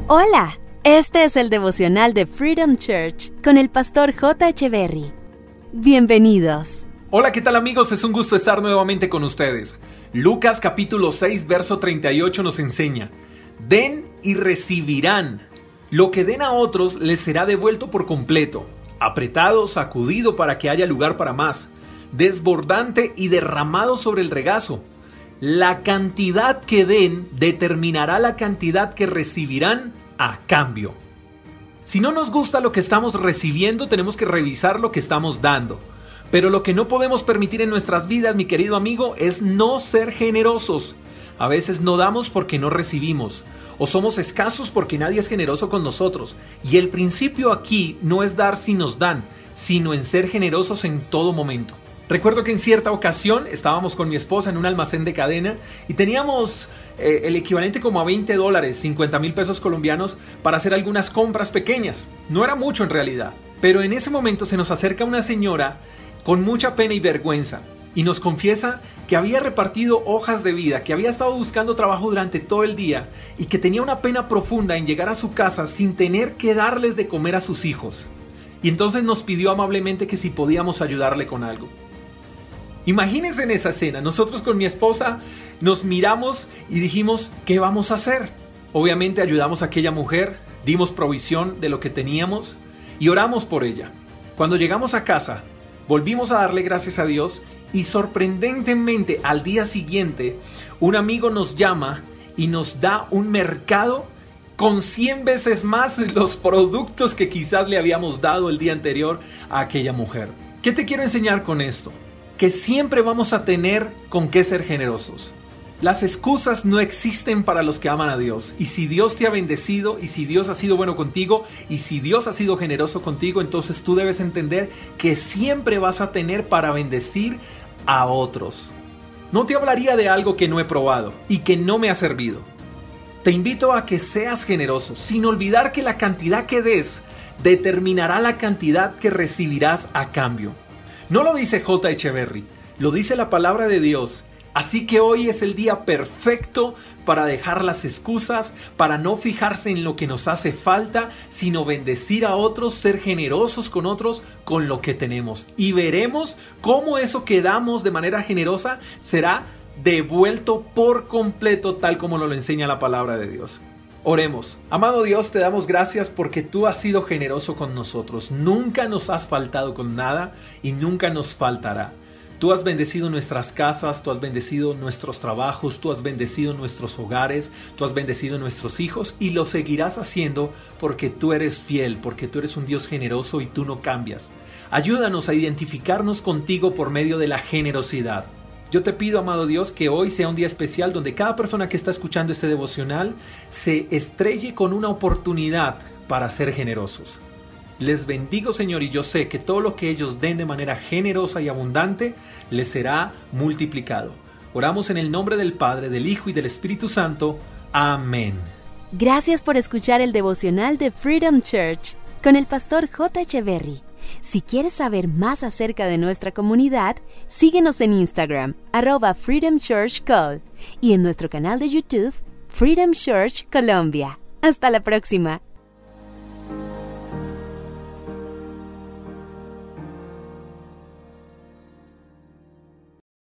Hola, este es el devocional de Freedom Church con el pastor J. Echeverry. Bienvenidos. Hola, ¿qué tal amigos? Es un gusto estar nuevamente con ustedes. Lucas capítulo 6, verso 38 nos enseña: den y recibirán. Lo que den a otros les será devuelto por completo, apretado, sacudido para que haya lugar para más, desbordante y derramado sobre el regazo. La cantidad que den determinará la cantidad que recibirán a cambio. Si no nos gusta lo que estamos recibiendo, tenemos que revisar lo que estamos dando. Pero lo que no podemos permitir en nuestras vidas, mi querido amigo, es no ser generosos. A veces no damos porque no recibimos, o somos escasos porque nadie es generoso con nosotros. Y el principio aquí no es dar si nos dan, sino en ser generosos en todo momento. Recuerdo que en cierta ocasión estábamos con mi esposa en un almacén de cadena y teníamos el equivalente como a $20, 50,000 pesos colombianos, para hacer algunas compras pequeñas. No era mucho en realidad, pero en ese momento se nos acerca una señora con mucha pena y vergüenza y nos confiesa que había repartido hojas de vida, que había estado buscando trabajo durante todo el día y que tenía una pena profunda en llegar a su casa sin tener que darles de comer a sus hijos. Y entonces nos pidió amablemente que si podíamos ayudarle con algo. Imagínense en esa escena, nosotros con mi esposa nos miramos y dijimos, ¿qué vamos a hacer? Obviamente ayudamos a aquella mujer, dimos provisión de lo que teníamos y oramos por ella. Cuando llegamos a casa, volvimos a darle gracias a Dios y sorprendentemente al día siguiente, un amigo nos llama y nos da un mercado con 100 veces más los productos que quizás le habíamos dado el día anterior a aquella mujer. ¿Qué te quiero enseñar con esto? Que siempre vamos a tener con qué ser generosos. Las excusas no existen para los que aman a Dios. Y si Dios te ha bendecido, y si Dios ha sido bueno contigo, y si Dios ha sido generoso contigo, entonces tú debes entender que siempre vas a tener para bendecir a otros. No te hablaría de algo que no he probado y que no me ha servido. Te invito a que seas generoso, sin olvidar que la cantidad que des determinará la cantidad que recibirás a cambio. No lo dice J. Echeverry, lo dice la palabra de Dios. Así que hoy es el día perfecto para dejar las excusas, para no fijarse en lo que nos hace falta, sino bendecir a otros, ser generosos con otros con lo que tenemos. Y veremos cómo eso que damos de manera generosa será devuelto por completo, tal como nos lo enseña la palabra de Dios. Oremos. Amado Dios, te damos gracias porque tú has sido generoso con nosotros. Nunca nos has faltado con nada y nunca nos faltará. Tú has bendecido nuestras casas, tú has bendecido nuestros trabajos, tú has bendecido nuestros hogares, tú has bendecido nuestros hijos y lo seguirás haciendo porque tú eres fiel, porque tú eres un Dios generoso y tú no cambias. Ayúdanos a identificarnos contigo por medio de la generosidad. Yo te pido, amado Dios, que hoy sea un día especial donde cada persona que está escuchando este devocional se estrelle con una oportunidad para ser generosos. Les bendigo, Señor, y yo sé que todo lo que ellos den de manera generosa y abundante les será multiplicado. Oramos en el nombre del Padre, del Hijo y del Espíritu Santo. Amén. Gracias por escuchar el devocional de Freedom Church con el pastor J. Echeverry. Si quieres saber más acerca de nuestra comunidad, síguenos en Instagram, @Freedom Church Call, y en nuestro canal de YouTube, Freedom Church Colombia. Hasta la próxima.